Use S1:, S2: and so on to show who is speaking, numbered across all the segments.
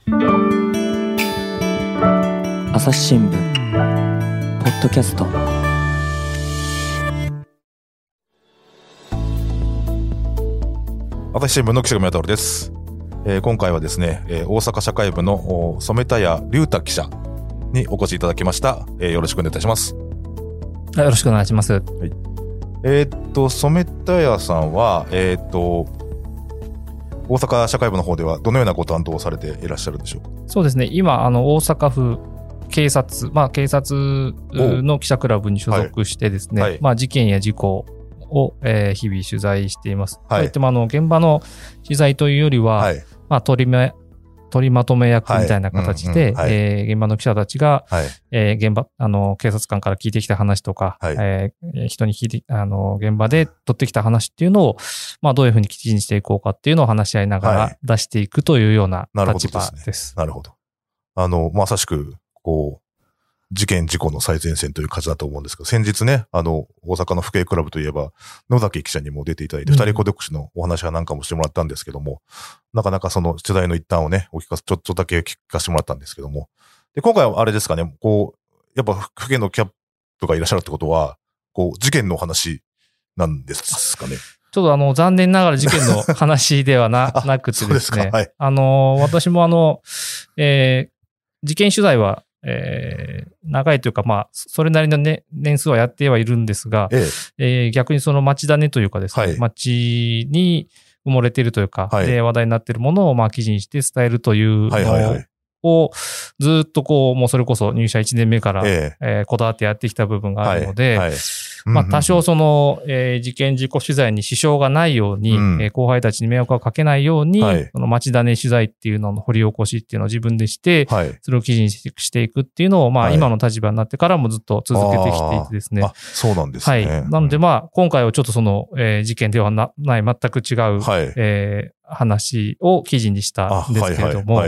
S1: 朝日新聞ポッドキャスト。
S2: 朝日新聞の岸上太郎です。今回はですね、大阪社会部の染田屋龍太記者にお越しいただきました。よろしくお願いいたします。
S3: よろしくお願いします。はい、
S2: 染田屋さんは、大阪社会部の方ではどのようなご担当をされていらっしゃるんでしょうか。
S3: そうですね、今大阪府警察、警察の記者クラブに所属してですね、はい、事件や事故を、日々取材しています。はい、といっても現場の取材というよりは、はい、取りまとめ役みたいな形で、現場の記者たちが、現場警察官から聞いてきた話とか、人に聞いて現場で取ってきた話っていうのを、どういうふうに記事にしていこうかっていうのを話し合いながら出していくというような立場です。
S2: なるほど。まさしく事件事故の最前線という感じだと思うんですけど、先日ね、大阪の府警クラブといえば、野崎記者にも出ていただいて、二人孤独死のお話なんかもしてもらったんですけども、なかなかその取材の一端をね、ちょっとだけ聞かせてもらったんですけども、で、今回はあれですかね、やっぱ府警のキャップがいらっしゃるってことは、事件のお話なんですかね。
S3: ちょっと残念ながら事件の話ではなくてですね、はい、私も事件取材は、長いというか、それなりのね、年数はやってはいるんですが、逆にその町種というかですね、はい、町に埋もれているというか、はい、で話題になっているものを記事にして伝えるというのを、ずっともうそれこそ入社1年目から、こだわってやってきた部分があるので、多少その、事件事故取材に支障がないように、後輩たちに迷惑をかけないように、その町種取材っていうのの掘り起こしっていうのを自分でして、それを記事にしていくっていうのを、今の立場になってからもずっと続けてきていてですね。
S2: そうなんですね。
S3: はい。なので今回はちょっとその、事件ではない、全く違う、話を記事にしたんですけれども、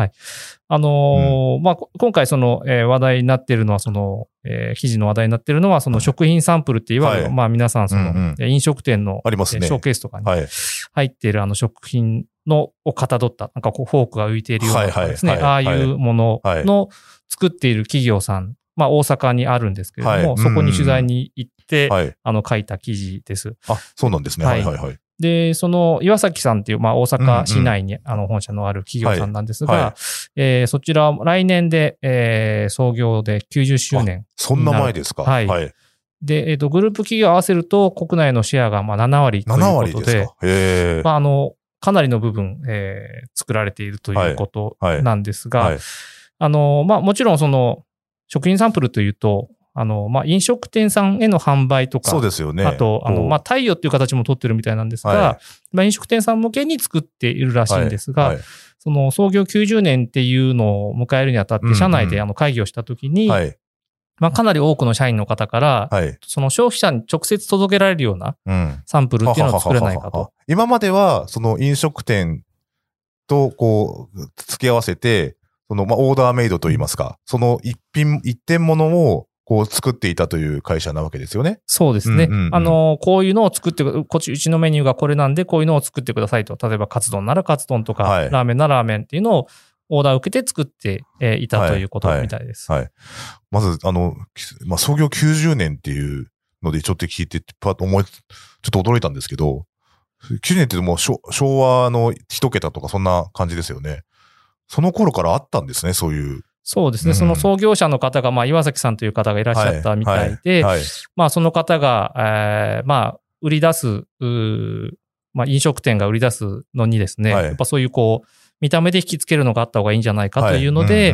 S3: 今回その、話題になっているのはその、記事の話題になっているのはその食品サンプルっていわゆる、皆さんその、飲食店の、ショーケースとかに入っている食品をかたどった、なんかフォークが浮いているようなですね、ああいうものの作っている企業さん、大阪にあるんですけれども、そこに取材に行って、書いた記事です。
S2: あ、そうなんですね。はいはいはい。
S3: で、その岩崎さんっていう、大阪市内に本社のある企業さんなんですが、そちら来年で、創業で90周年。
S2: そんな前ですか。
S3: はい。で、グループ企業合わせると国内のシェアが7割ということで、
S2: ですか。
S3: かなりの部分、作られているということなんですが、もちろんその食品サンプルというと、飲食店さんへの販売とか、
S2: そうですよね。
S3: あと、貸与っていう形も取ってるみたいなんですが、飲食店さん向けに作っているらしいんですが、その創業90年っていうのを迎えるにあたって、社内で会議をしたときに、かなり多くの社員の方から、その消費者に直接届けられるようなサンプルっていうのを作れないかと。
S2: 今までは、その飲食店と付き合わせて、そのオーダーメイドといいますか、その一点物を作っていたという会社なわけですよね。
S3: そうですね。こういうのを作って、うちのメニューがこれなんで、こういうのを作ってくださいと。例えば、カツ丼ならカツ丼とか、ラーメンならラーメンっていうのをオーダーを受けて作っていたということみたいです。
S2: まず、創業90年っていうので、ちょっと聞いて、ちょっと驚いたんですけど、90年ってもう昭和の一桁とかそんな感じですよね。その頃からあったんですね、そういう。
S3: そうですね。その創業者の方が、岩崎さんという方がいらっしゃったみたいで、その方が、売り出す、飲食店が売り出すのにですね、やっぱそういう見た目で引きつけるのがあった方がいいんじゃないかというので、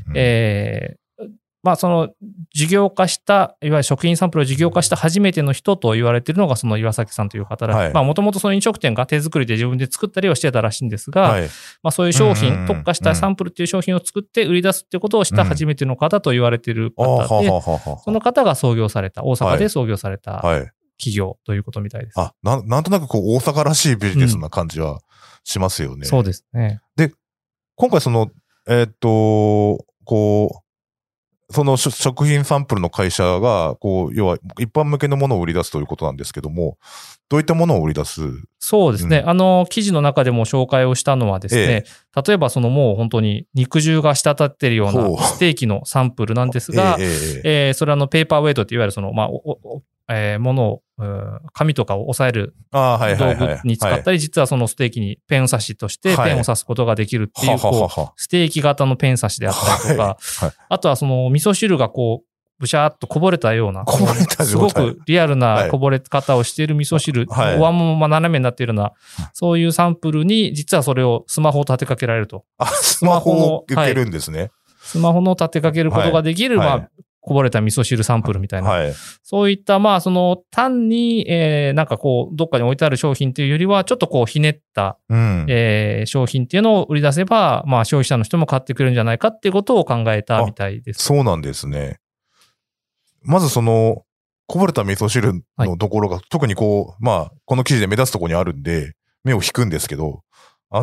S3: その事業化した、いわゆる食品サンプルを事業化した初めての人と言われているのがその岩崎さんという方で、もともとその飲食店が手作りで自分で作ったりをしてたらしいんですが、そういう商品、特化したサンプルっていう商品を作って売り出すっていうことをした初めての方と言われている方で、その方が創業された、大阪で創業された企業ということみたいです。
S2: なんとなく大阪らしいビジネスな感じはしますよね。
S3: そうですね。
S2: で、今回その、 その食品サンプルの会社が、こう、要は一般向けのものを売り出すということなんですけども、どういったものを売り出す？
S3: そうですね。記事の中でも紹介をしたのはですね、例えばもう本当に肉汁が滴っているようなステーキのサンプルなんですが、それペーパーウェイトっていわゆるものを、紙とかを押さえる道具に使ったり、実はそのステーキにペン刺しとしてペンを刺すことができるっていう、ステーキ型のペン刺しであったりとか、あとは味噌汁がブシャーっとこぼれたような、すごくリアルなこぼれ方をしている味噌汁、お椀も斜めになっているような、そういうサンプルに、実はそれをスマホを立てかけられると。
S2: スマホを受けるんですね。
S3: スマホの立てかけることができる、こぼれた味噌汁サンプルみたいな。そういった、単に、どっかに置いてある商品というよりは、ちょっとひねった、商品っていうのを売り出せば、消費者の人も買ってくれるんじゃないかっていうことを考えたみたいです。
S2: そうなんですね。まずこぼれた味噌汁のところが、特にこの記事で目立つところにあるんで、目を引くんですけど、ま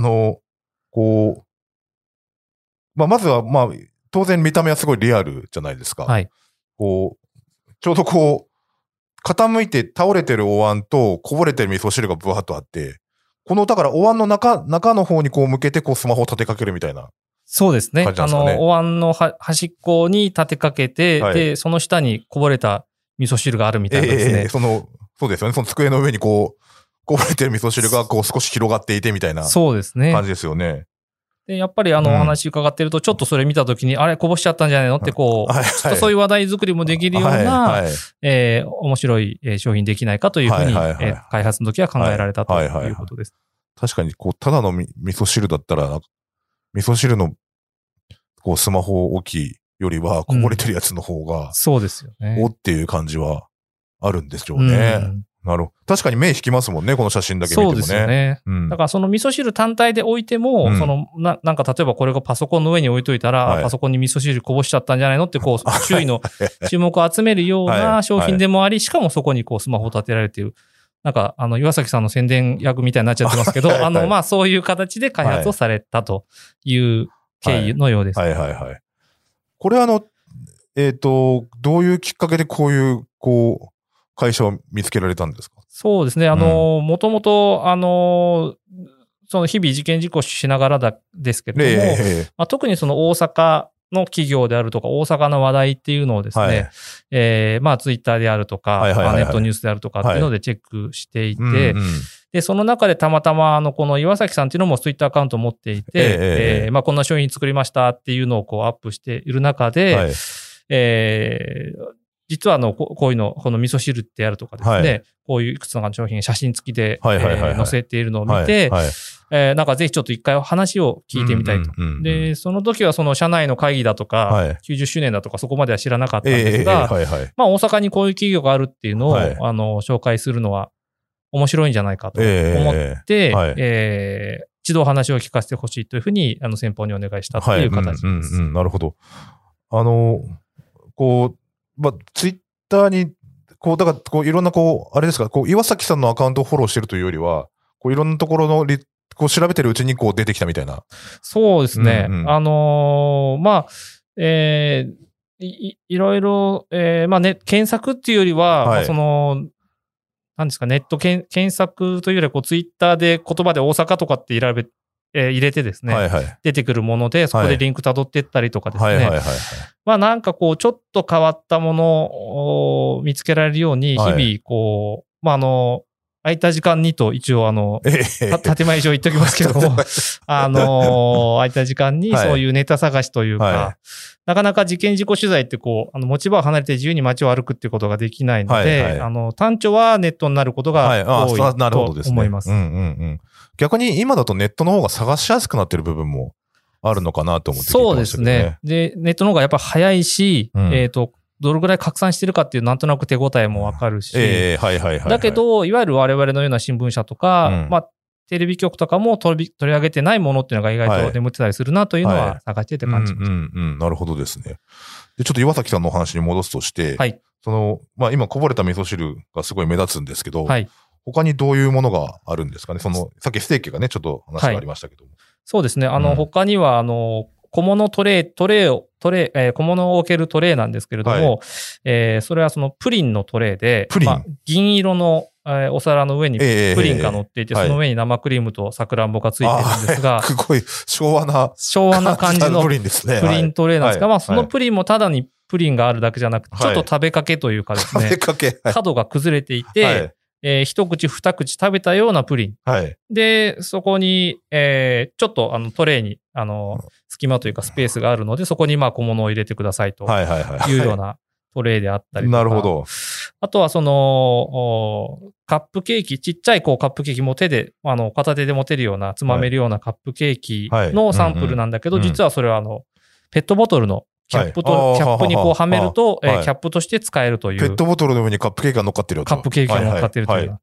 S2: ずは、当然見た目はすごいリアルじゃないですか。
S3: はい。
S2: ちょうど傾いて倒れてるお椀とこぼれてる味噌汁がブワーっとあって、だからお椀の中の方に向けてスマホを立てかけるみたいな。
S3: そうですね。お椀の端っこに立てかけて、で、その下にこぼれた味噌汁があるみたいなですね。
S2: そうですよね。その机の上にこぼれてる味噌汁が少し広がっていてみたいな。
S3: そうですね。
S2: 感じですよね。
S3: で、やっぱりお話伺ってると、ちょっとそれ見たときに、あれこぼしちゃったんじゃないのってちょっとそういう話題作りもできるような、面白い商品できないかというふうに、開発の時は考えられたということです。
S2: 確かに、ただの味噌汁だったら、味噌汁の、スマホ置きよりは、こぼれてるやつの方が、
S3: そうですよね。
S2: っていう感じはあるんでしょうね。なるほど。確かに目引きますもんね、この写真だけ見てもね。
S3: そうですよね。だからその味噌汁単体で置いても、なんか例えばこれがパソコンの上に置いといたら、パソコンに味噌汁こぼしちゃったんじゃないのって周囲の注目を集めるような商品でもあり、しかもそこにスマホを立てられている。なんか、岩崎さんの宣伝役みたいになっちゃってますけど、そういう形で開発をされたという経緯のようです。
S2: これどういうきっかけでこういう、会社を見つけられたんですか？
S3: そうですね。もともと、その日々事件事故しながらですけれども、特にその大阪の企業であるとか、大阪の話題っていうのをですね、ツイッターであるとか、ネットニュースであるとかっていうのでチェックしていて、で、その中でたまたま、この岩崎さんっていうのもツイッターアカウントを持っていて、こんな商品作りましたっていうのをアップしている中で、実はこういうの、この味噌汁ってあるとかですね、こういういくつの商品、写真付きで載せているのを見て、なんかぜひちょっと一回話を聞いてみたいと。で、その時はその社内の会議だとか、90周年だとかそこまでは知らなかったんですが、大阪にこういう企業があるっていうのを、紹介するのは面白いんじゃないかと思って、一度話を聞かせてほしいというふうに、先方にお願いしたという形です。
S2: なるほど。ツイッターに、だから、いろんな、あれですか、岩崎さんのアカウントをフォローしてるというよりは、いろんなところの調べてるうちに出てきたみたいな。
S3: そうですね。いろいろ、検索っていうよりは、何ですか、ネット検索というよりは、ツイッターで言葉で大阪とかって入れてですね、出てくるもので、そこでリンク辿っていったりとかですね。なんかちょっと変わったものを見つけられるように、日々、空いた時間にと一応建前上言っときますけども、空いた時間にそういうネタ探しというか、なかなか事件事故取材って持ち場を離れて自由に街を歩くっていうことができないので、単調はネットになることが多いと思います。
S2: 逆に今だとネットの方が探しやすくなってる部分もあるのかなと思って聞いてましたけどね。
S3: そうですね。で、ネットの方がやっぱ早いし、どれぐらい拡散してるかっていうなんとなく手応えもわかるし、だけど、いわゆる我々のような新聞社とか、テレビ局とかも取り上げてないものっていうのが意外と眠ってたりするなというのは探してて感じました。
S2: なるほどですね。で、ちょっと岩崎さんのお話に戻すとして、今こぼれた味噌汁がすごい目立つんですけど、他にどういうものがあるんですかね。さっきステーキがね、ちょっと話がありましたけども。
S3: そうですね。他には、小物トレイトレイ、小物を置けるトレイなんですけれども、それはそのプリンのトレイで、銀色のお皿の上にプリンが乗っていて、その上に生クリームとさくらんぼがついてるんですが、
S2: すごい昭和な
S3: 感じのプリントレイなんですが、まあそのプリンもただにプリンがあるだけじゃなくて、ちょっと食べかけというかですね、角が崩れていて、一口二口食べたようなプリン。で、そこに、ちょっとトレイに、隙間というかスペースがあるので、そこにまあ小物を入れてくださいというようなトレイであったりとか。
S2: なるほど。
S3: あとはその、カップケーキ、ちっちゃいこうカップケーキも手で、片手で持てるような、つまめるようなカップケーキのサンプルなんだけど、実はそれはペットボトルのキャップにこうはめると、キャップとして使えるという。
S2: ペットボトルの上にカップケーキが乗っかってるよと。
S3: カップケーキが乗っかってるという。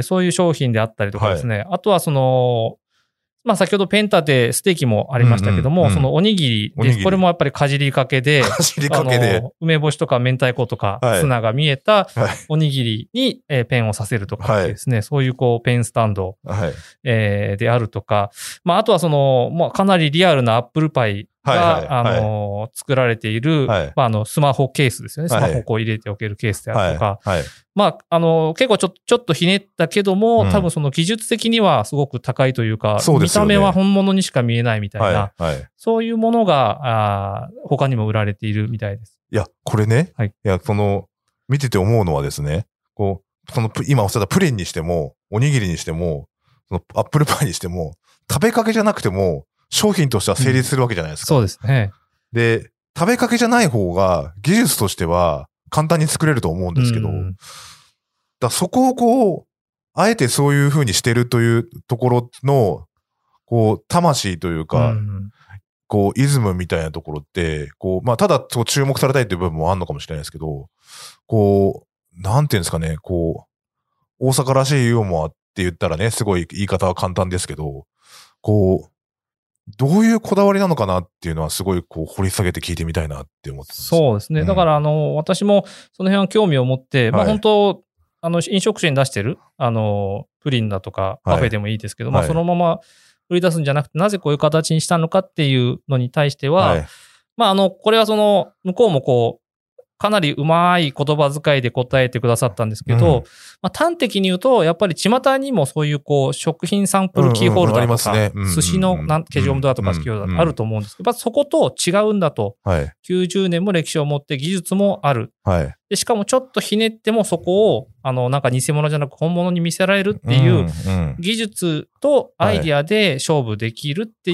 S3: そういう商品であったりとかですね。あとはその、まあ先ほどペンタでステーキもありましたけども、そのおにぎりです。これもやっぱりかじりかけで、梅干しとか明太子とかツナが見えたおにぎりにペンをさせるとかですね。そういうこうペンスタンドであるとか、まああとはその、まあかなりリアルなアップルパイが、作られている、まあスマホケースですよね。スマホをこう入れておけるケースであるとか、まあ結構ちょっとひねったけども、多分その技術的にはすごく高いというか、見た目は本物にしか見えないみたいな、そういうものが、他にも売られているみたいです。
S2: いや、これね、いや、見てて思うのはですね、こう、今おっしゃったプリンにしても、おにぎりにしても、アップルパイにしても、食べかけじゃなくても、商品としては成立するわけじゃないですか。
S3: そうですね。
S2: で、食べかけじゃない方が、技術としては簡単に作れると思うんですけど、そこをこう、あえてそういう風にしてるというところの、こう、魂というか、こう、イズムみたいなところって、こう、まあ、ただ、注目されたいという部分もあるのかもしれないですけど、こう、なんていうんですかね、こう、大阪らしいユーモアって言ったらね、すごい言い方は簡単ですけど、こう、どういうこだわりなのかなっていうのはすごいこう掘り下げて聞いてみたいなって思ってます。
S3: そうですね。だから私もその辺は興味を持って、まあ本当、飲食店に出してる、プリンだとかパフェでもいいですけど、まあそのまま売り出すんじゃなくて、なぜこういう形にしたのかっていうのに対しては、まあこれは向こうもこう、かなりうまい言葉遣いで答えてくださったんですけど、まあ、端的に言うと、やっぱり巷にもそういうこう、食品サンプルキーホルダーとか、寿司のケジオムドアとかキーホルダーあると思うんですけど、そこと違うんだと、90年も歴史を持って技術もある。でしかもちょっとひねってもそこを、なんか偽物じゃなく本物に見せられるっていう、技術とアイディアで勝負できるっていう、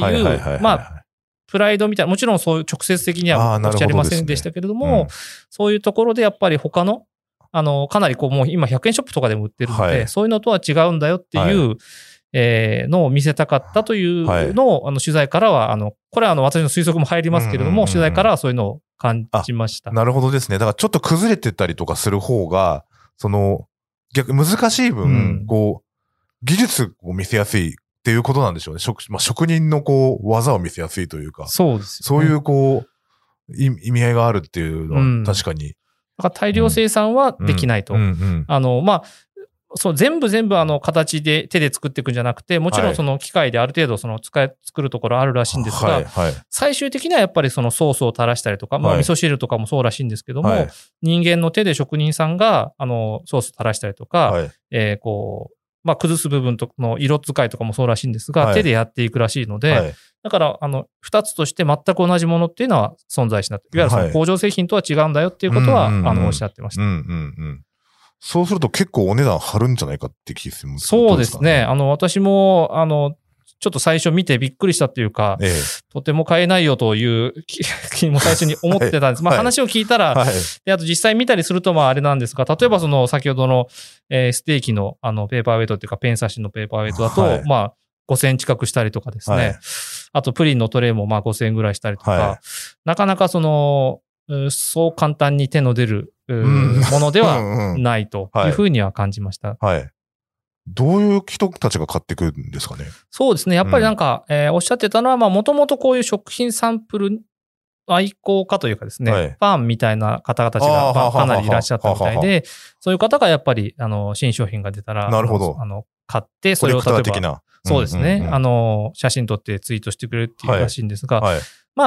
S3: まあ、プライドみたいな、もちろんそういう直接的にはおっしゃりませんでしたけれども、そういうところでやっぱり他の、かなりこうもう今100円ショップとかでも売ってるので、そういうのとは違うんだよっていう、のを見せたかったというのを、取材からは、これは私の推測も入りますけれども、取材からはそういうのを感じました。
S2: なるほどですね。だからちょっと崩れてたりとかする方が、難しい分、こう、技術を見せやすいっていうことなんでしょうね。職人のこう、技を見せやすいというか。
S3: そうです、
S2: ね。そういうこう、意味合いがあるっていうのは確かに。
S3: だから大量生産はできないと。まあ、そう全部形で手で作っていくんじゃなくて、もちろんその機械である程度作るところあるらしいんですが、最終的にはやっぱりそのソースを垂らしたりとか、まあ味噌汁とかもそうらしいんですけども、人間の手で職人さんがソース垂らしたりとか、こう、まあ崩す部分の色使いとかもそうらしいんですが、手でやっていくらしいので、だから二つとして全く同じものっていうのは存在しない。いわゆるその工場製品とは違うんだよっていうことは、おっしゃってました。
S2: そうすると結構お値段張るんじゃないかって気がするんですか？
S3: そうですね。私も、ちょっと最初見てびっくりしたっていうか、とても買えないよという気も最初に思ってたんです。まあ話を聞いたら、であと実際見たりするとまああれなんですが、例えばその先ほどの、ステーキのペーパーウェイトっていうかペン刺しのペーパーウェイトだと、まあ5000円近くしたりとかですね。あとプリンのトレイもまあ5000円ぐらいしたりとか、なかなかそう簡単に手の出るものではないというふうには感じました。
S2: どういう人たちが買ってくるんですかね？
S3: そうですね。やっぱりなんか、おっしゃってたのは、まあもともとこういう食品サンプル愛好家というかですね、ファンみたいな方々たちがかなりいらっしゃったみたいで、そういう方がやっぱり、新商品が出たら、
S2: なるほど。
S3: 買って、それを例えば、そうですね、写真撮ってツイートしてくれるっていうらしいんですが、まあ、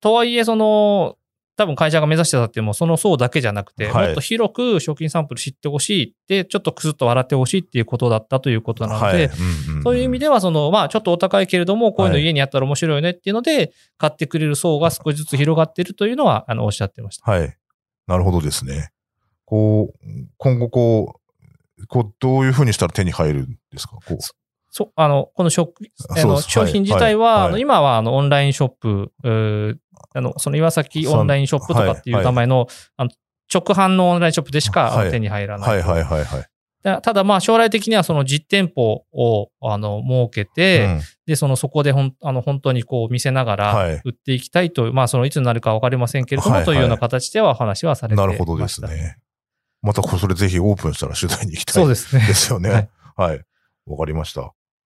S3: とはいえ、多分会社が目指してたっていうのもその層だけじゃなくて、もっと広く食品サンプル知ってほしいって、ちょっとクスッと笑ってほしいっていうことだったということなので、そういう意味ではまあちょっとお高いけれども、こういうの家にあったら面白いよねっていうので、買ってくれる層が少しずつ広がっているというのは、おっしゃってました。
S2: はい。なるほどですね。今後どういうふうにしたら手に入るんですか？
S3: この商品自体は、今はオンラインショップ、その岩崎オンラインショップとかっていう名前の、直販のオンラインショップでしか手に入らない。ただまあ将来的にはその実店舗を設けて、で、そこで本当にこう見せながら売っていきたいという、まあいつになるかわかりませんけれども、というような形ではお話はされていました。
S2: なるほどですね。またそれぜひオープンしたら取材に行きたい。
S3: そうですね。
S2: ですよね。はい。わかりました。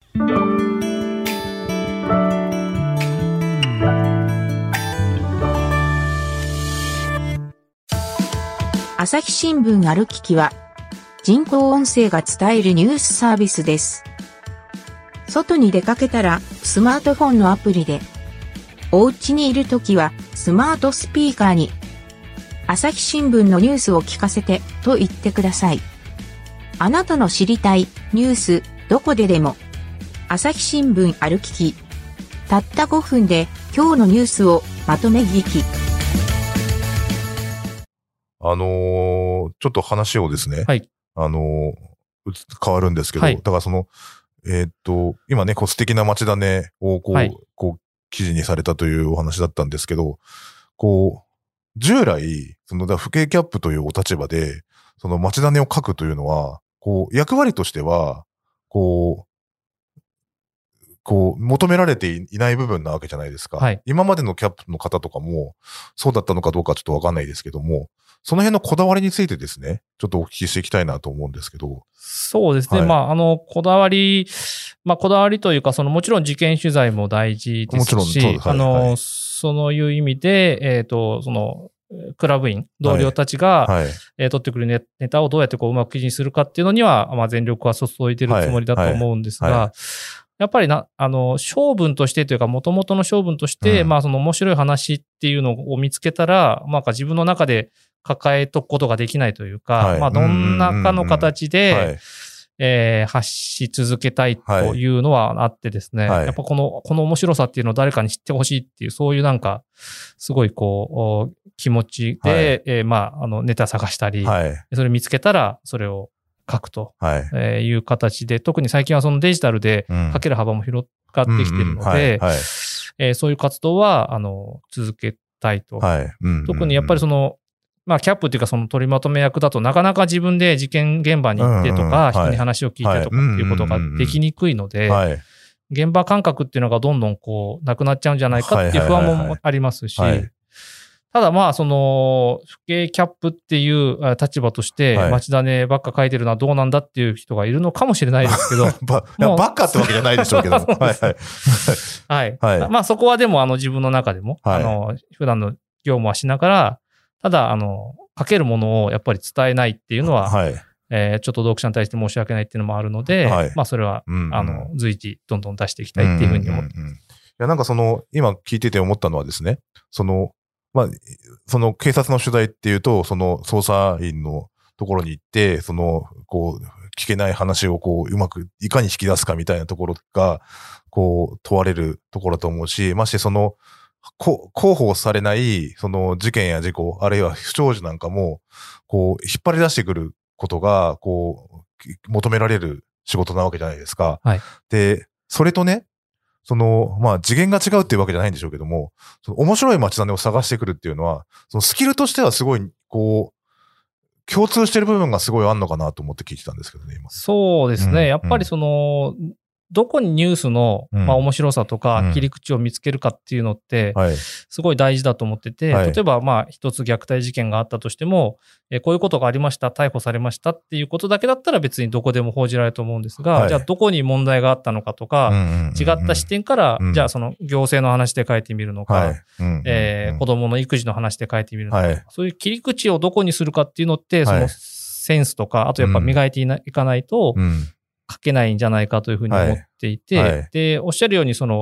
S4: 朝日新聞ある聞きは人工音声が伝えるニュースサービスです。外に出かけたらスマートフォンのアプリで、お家にいるときはスマートスピーカーに朝日新聞のニュースを聞かせてと言ってください。あなたの知りたいニュースどこででも朝日新聞ある聞き。たった5分で今日のニュースをまとめ聞き。
S2: ちょっと話をですね。
S3: はい。
S2: 変わるんですけど、
S3: はい、
S2: だから今ね、素敵な町種を記事にされたというお話だったんですけど、従来、不景キャップというお立場で、町種を書くというのは、役割としては、求められていない部分なわけじゃないですか。
S3: はい、
S2: 今までのキャップの方とかも、そうだったのかどうかちょっとわかんないですけども、その辺のこだわりについてですね、ちょっとお聞きしていきたいなと思うんですけど。
S3: そうですね。はい、まあ、こだわりというか、もちろん事件取材も大事ですし、もちろん、そういう意味で、クラブ員、同僚たちが、取ってくるネタをどうやってうまく記事にするかっていうのには、まあ、全力は注いでるつもりだと思うんですが、やっぱり性分としてというか、元々の性分として、まあ、面白い話っていうのを見つけたら、まあ、自分の中で抱えとくことができないというか、まあ、どんなかの形で、発し続けたいというのはあってですね、やっぱこの面白さっていうのを誰かに知ってほしいっていう、そういうすごい気持ちで、まあ、ネタ探したり、それ見つけたら、それを書くという形で、特に最近はデジタルで書ける幅も広がってきているので、そういう活動は、続けたいと。特にやっぱりまあ、キャップっていうか取りまとめ役だとなかなか自分で事件現場に行ってとか、人に話を聞いてとかっていうことができにくいので、現場感覚っていうのがどんどんなくなっちゃうんじゃないかっていう不安もありますし、ただまあ、不景キャップっていう立場として、町種ばっか書いてるのはどうなんだっていう人がいるのかもしれないですけど。
S2: ばっかってわけじゃないでしょうけど。
S3: はい。まあそこはでも自分の中でも、普段の業務はしながら、ただ、書けるものをやっぱり伝えないっていうのは、ちょっと読者に対して申し訳ないっていうのもあるので、まあそれは、随時どんどん出していきたいっていうふうに思ってます。い
S2: や、なんか今聞いてて思ったのはですね、まあ、警察の取材っていうと、捜査員のところに行って、聞けない話をうまくいかに引き出すかみたいなところが、問われるところだと思うし、まして広報されない、事件や事故、あるいは不祥事なんかも、引っ張り出してくることが、求められる仕事なわけじゃないですか。で、それとね、まあ、次元が違うっていうわけじゃないんでしょうけども、面白い街種を探してくるっていうのは、スキルとしてはすごい、共通してる部分がすごいあんのかなと思って聞いてたんですけどね、今。
S3: そうですね。やっぱりどこにニュースの、まあ、面白さとか切り口を見つけるかっていうのって、すごい大事だと思ってて、例えば、まあ、一つ虐待事件があったとしても、こういうことがありました、逮捕されましたっていうことだけだったら別にどこでも報じられると思うんですが、じゃあどこに問題があったのかとか、違った視点から、じゃあ行政の話で書いてみるのか、子供の育児の話で書いてみるのか、そういう切り口をどこにするかっていうのって、センスとか、あとやっぱ磨いていかないと、書けないんじゃないかというふうに思っていて、で、おっしゃるように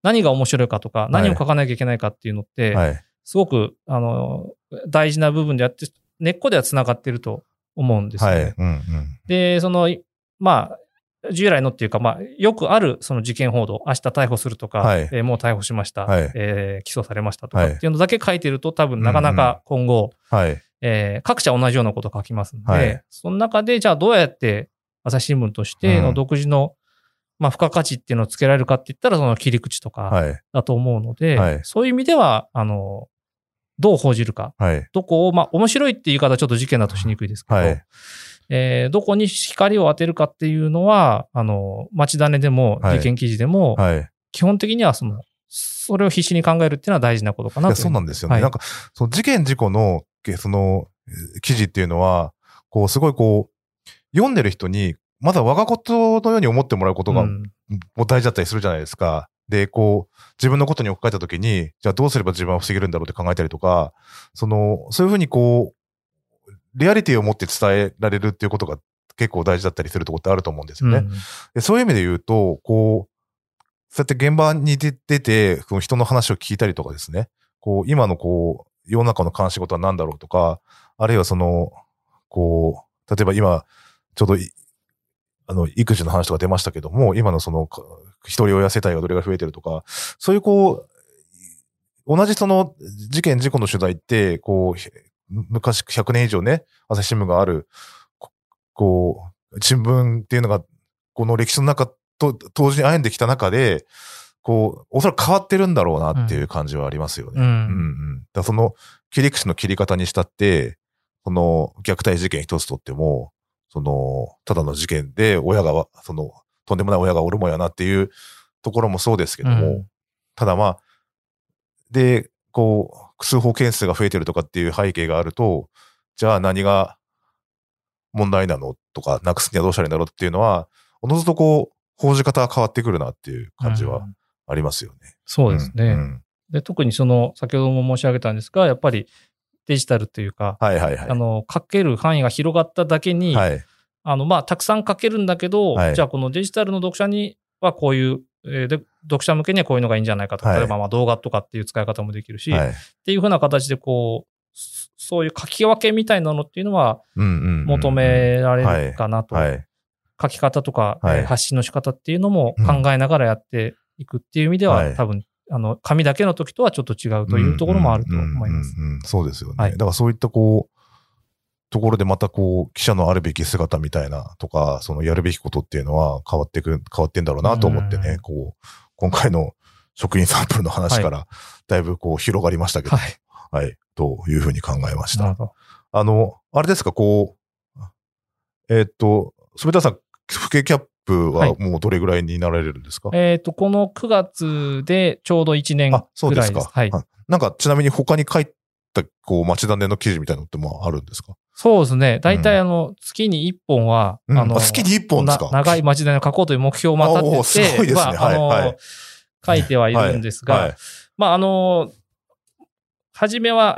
S3: 何が面白いかとか、何を書かなきゃいけないかっていうのって、すごく、大事な部分であって、根っこでは繋がっていると思うんですよね。で、まあ、従来のっていうか、まあ、よくあるその事件報道、明日逮捕するとか、もう逮捕しました、起訴されましたとかっていうのだけ書いてると、多分なかなか今後、各社同じようなことを書きますので、その中で、じゃあどうやって朝日新聞としての独自の、まあ、付加価値っていうのをつけられるかって言ったら、その切り口とかだと思うので、そういう意味では、どう報じるか、どこを、まあ、面白いっていう言い方はちょっと事件だとしにくいですけど、どこに光を当てるかっていうのは、町種でも、事件記事でも、基本的にはそれを必死に考えるっていうのは大事なことかなと。
S2: そうなんですよね。なんか、その事件事故の、記事っていうのは、こう、すごいこう、読んでる人に、まだ我がことのように思ってもらうことが、もう大事だったりするじゃないですか。で、こう、自分のことに置き換えたときに、じゃあどうすれば自分は防げるんだろうって考えたりとか、そういうふうにこう、リアリティを持って伝えられるっていうことが結構大事だったりするところってあると思うんですよね。でそういう意味で言うと、こう、そうやって現場に出て、その人の話を聞いたりとかですね、こう、今のこう、世の中の監視事は何だろうとか、あるいはこう、例えば今、ちょうど育児の話とか出ましたけども、今の一人親世帯がどれが増えてるとか、そういうこう、同じ事件事故の取材って、こう、昔100年以上ね、朝日新聞がある、こう、新聞っていうのが、この歴史の中と同時に歩んできた中で、こう、おそらく変わってるんだろうなっていう感じはありますよね。だその切り口の切り方にしたって、虐待事件一つとっても、ただの事件で親が、とんでもない親がおるもんやなっていうところもそうですけども、ただまあ、で、こう、通報件数が増えてるとかっていう背景があると、じゃあ何が問題なのとか、なくすにはどうしたらいいんだろうっていうのは、おのずとこう、報じ方が変わってくるなっていう感じはありますよね。
S3: そうですね。で、特に先ほども申し上げたんですが、やっぱりデジタルというか、書ける範囲が広がっただけに、まあ、たくさん書けるんだけど、じゃあこのデジタルの読者にはこういう、読者向けにはこういうのがいいんじゃないかとか、例えばまあ動画とかっていう使い方もできるし、っていうふうな形でこう、そういう書き分けみたいなのっていうのは求められるかなと。書き方とか、発信の仕方っていうのも考えながらやっていくっていう意味では、多分、紙だけの時とはちょっと違うというところもあると思います。
S2: そうですよね。だからそういったこう、ところでまたこう、記者のあるべき姿みたいなとか、やるべきことっていうのは変わってんだろうなと思ってね、こう、今回の職員サンプルの話からだいぶこう広がりましたけど、というふうに考えました。あれですか、こう、染田さん、府警キャップはもうどれぐらいになられるんですか？
S3: この9月でちょうど1年ぐらいです。
S2: そうですか。なんかちなみに他に書いたこう町種の記事みたいなのってもあるんですか？
S3: そうですね。大体月に1本は、
S2: 月に1本ですか？
S3: 長い町種を書こうという目標をまたってて、
S2: すごいですね。
S3: 書いてはいるんですが、まあ初めは、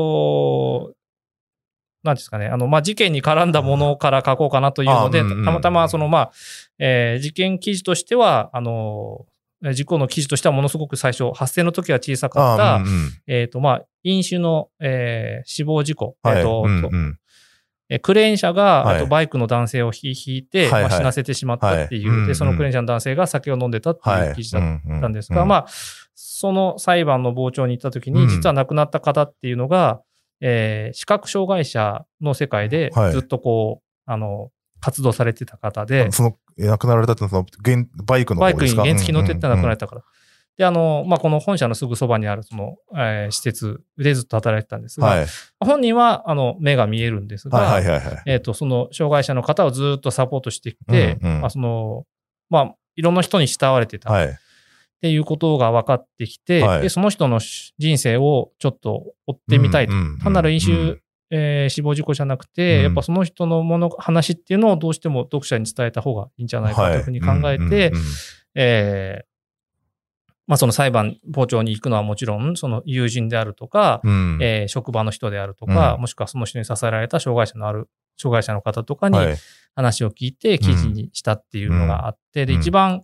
S3: なんですかね、まあ、事件に絡んだものから書こうかなというので、たまたま、まあ、事件記事としては、事故の記事としてはものすごく最初、発生の時は小さかった、まあ、飲酒の、死亡事故、クレーン車が、バイクの男性を引いて、まあ、死なせてしまったっていう、で、そのクレーン車の男性が酒を飲んでたっていう記事だったんですが、まあ、その裁判の傍聴に行った時に、実は亡くなった方っていうのが、視覚障害者の世界でずっとこう、活動されてた方で。
S2: 亡くなられたってバイクの方ですか？
S3: バイクに原付乗ってって亡くなられたから。で、まあ、この本社のすぐそばにある施設でずっと働いてたんですが、本人は、目が見えるんですが、その障害者の方をずっとサポートしてきて、まあ、いろんな人に慕われてた。っていうことが分かってきて、で、その人の人生をちょっと追ってみたいと。単なる飲酒、死亡事故じゃなくて、やっぱその人の話っていうのをどうしても読者に伝えた方がいいんじゃないかというふうに考えて、まあその裁判、傍聴に行くのはもちろん、その友人であるとか、職場の人であるとか、もしくはその人に支えられた障害者の方とかに話を聞いて記事にしたっていうのがあって、で、一番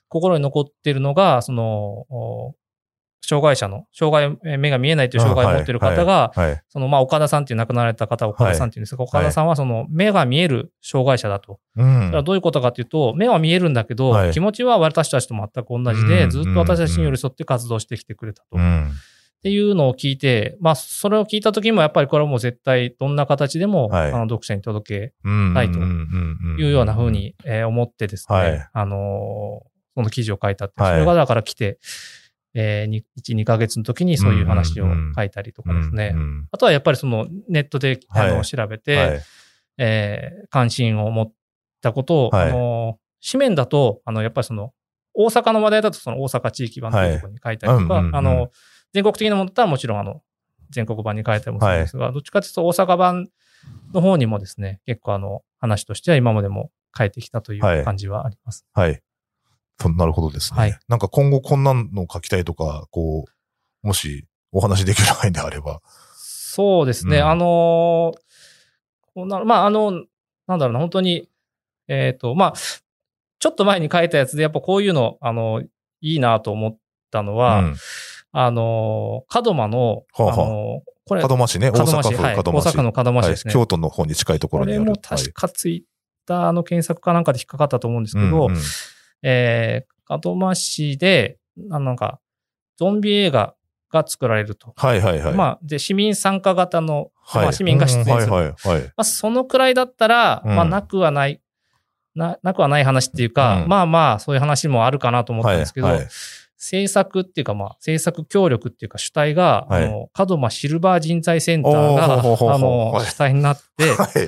S3: 心に残っているのが、障害、目が見えないという障害を持っている方が、岡田さんっていう亡くなられた方、岡田さんっていうんですが、岡田さんは目が見える障害者だと。だからどういうことかというと、目は見えるんだけど、気持ちは私たちと全く同じで、ずっと私たちに寄り添って活動してきてくれたと。っていうのを聞いて、それを聞いた時もやっぱりこれはもう絶対どんな形でも、読者に届けたいというようなふうに思ってですね、その記事を書いたって、それがだから来て、1、2ヶ月の時にそういう話を書いたりとかですね。あとはやっぱりネットで調べて、関心を持ったことを、紙面だと、やっぱり大阪の話題だと大阪地域版というところに書いたりとか、全国的なものだったらもちろん全国版に書いたりもするんですが、どっちかというと大阪版の方にもですね、結構話としては今までも書いてきたという感じはあります。
S2: なるほどですね。なんか今後こんなの書きたいとか、もしお話できる範囲であれば。
S3: そうですね。なんだろうな、本当に、ちょっと前に書いたやつで、やっぱこういうの、いいなと思ったのは、門真の、
S2: これ、門真市ね、大阪府門真市。
S3: 大阪の門真市ですね。
S2: 京都の方に近いところにある。
S3: これも確かツイッターの検索かなんかで引っかかったと思うんですけど、門真市で、ゾンビ映画が作られると。で、市民参加型の、市民が出演する。そのくらいだったら、なくはない話っていうか、そういう話もあるかなと思ったんですけど、制作っていうか、制作協力っていうか主体が、門真シルバー人材センターが、主体になって、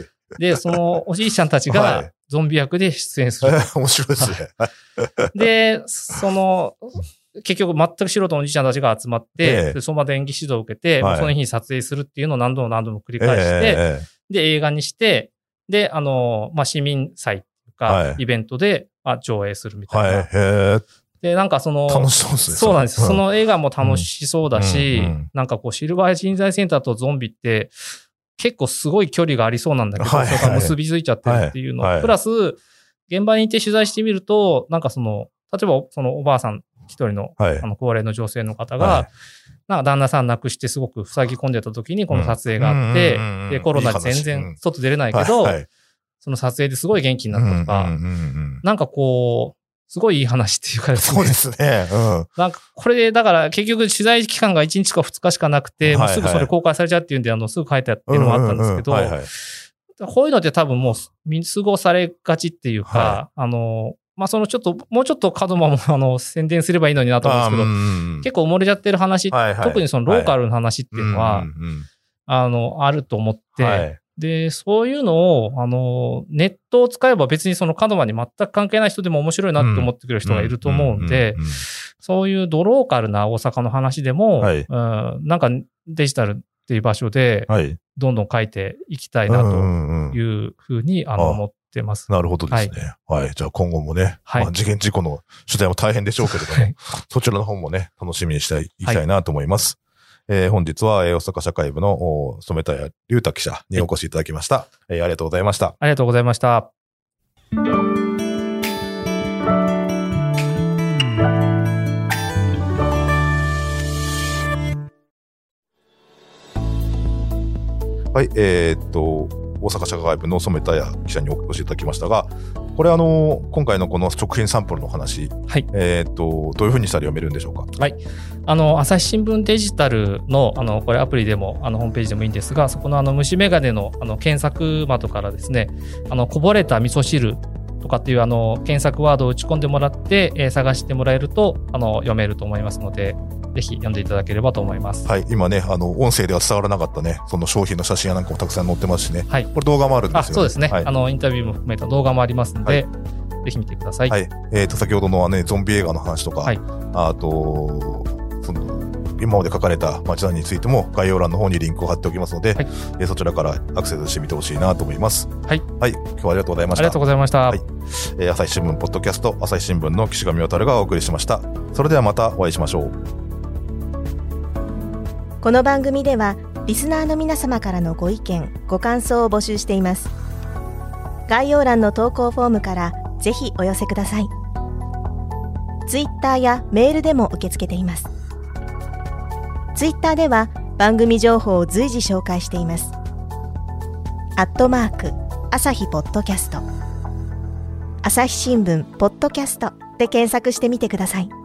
S3: で、そのおじいちゃんたちがゾンビ役で出演する。
S2: 面白いですね。
S3: で、結局全く素人のおじいちゃんたちが集まって、その場で演技指導を受けて、その日に撮影するっていうのを何度も繰り返して、で、映画にして、で、市民祭とか、イベントで、上映するみたいな。で、
S2: 楽しそうですね。
S3: そうなんです。その映画も楽しそうだし、シルバー人材センターとゾンビって、結構すごい距離がありそうなんだけど、それが結びついちゃってるっていうの。プラス、現場に行って取材してみると、例えばおばあさん一人の、高齢の女性の方が、旦那さん亡くしてすごく塞ぎ込んでた時にこの撮影があって、で、コロナで全然外出れないけど、その撮影ですごい元気になったとか、すごいいい話っていうかですね。
S2: そうですね。
S3: これで、だから結局取材期間が1日か2日しかなくて、もうすぐそれ公開されちゃうっていうんで、すぐ書いたっていうのもあったんですけど、こういうのって多分もう見過ごされがちっていうか、もうちょっと門真も宣伝すればいいのになと思うんですけど、結構埋もれちゃってる話、特にそのローカルの話っていうのは、あると思って、で、そういうのを、ネットを使えば別にその門真に全く関係ない人でも面白いなって思ってくれる人がいると思うんで、そういうドローカルな大阪の話でも、デジタルっていう場所で、どんどん書いていきたいなというふうに思ってます。
S2: なるほどですね。じゃあ今後もね、事件事故の取材も大変でしょうけれども、そちらの方もね、楽しみにしていきたいなと思います。本日は、大阪社会部の染田谷龍太記者にお越しいただきました。ありがとうございました。
S3: ありがとうございました。
S2: はい、大阪社会部の染田谷記者にお越しいただきましたが、これ今回のこの食品サンプルの話、どういうふうにしたら読めるんでしょうか。
S3: 朝日新聞デジタルの、これアプリでも、ホームページでもいいんですが、そこの虫眼鏡の、検索窓からですね、こぼれた味噌汁とかっていう検索ワードを打ち込んでもらって、探してもらえると、読めると思いますので、ぜひ読んでいただければと思います。
S2: 今ね、音声では伝わらなかったね、その商品の写真やなんかもたくさん載ってますしね。これ動画もあるんですよね。
S3: そうですね。インタビューも含めた動画もありますので、ぜひ見てください。
S2: 先ほどのね、ゾンビ映画の話とか、あと、今まで書かれた街並みについても概要欄の方にリンクを貼っておきますので、そちらからアクセスしてみてほしいなと思います。今日はありがとうございました。
S3: ありがとうございました。
S2: 朝日新聞ポッドキャスト、朝日新聞の岸上渉がお送りしました。それではまたお会いしましょう。
S5: この番組ではリスナーの皆様からのご意見ご感想を募集しています。概要欄の投稿フォームからぜひお寄せください。 ツイッターやメールでも受け付けています。ツイッターでは番組情報を随時紹介しています。@朝日ポッドキャスト、朝日新聞ポッドキャストで検索してみてください。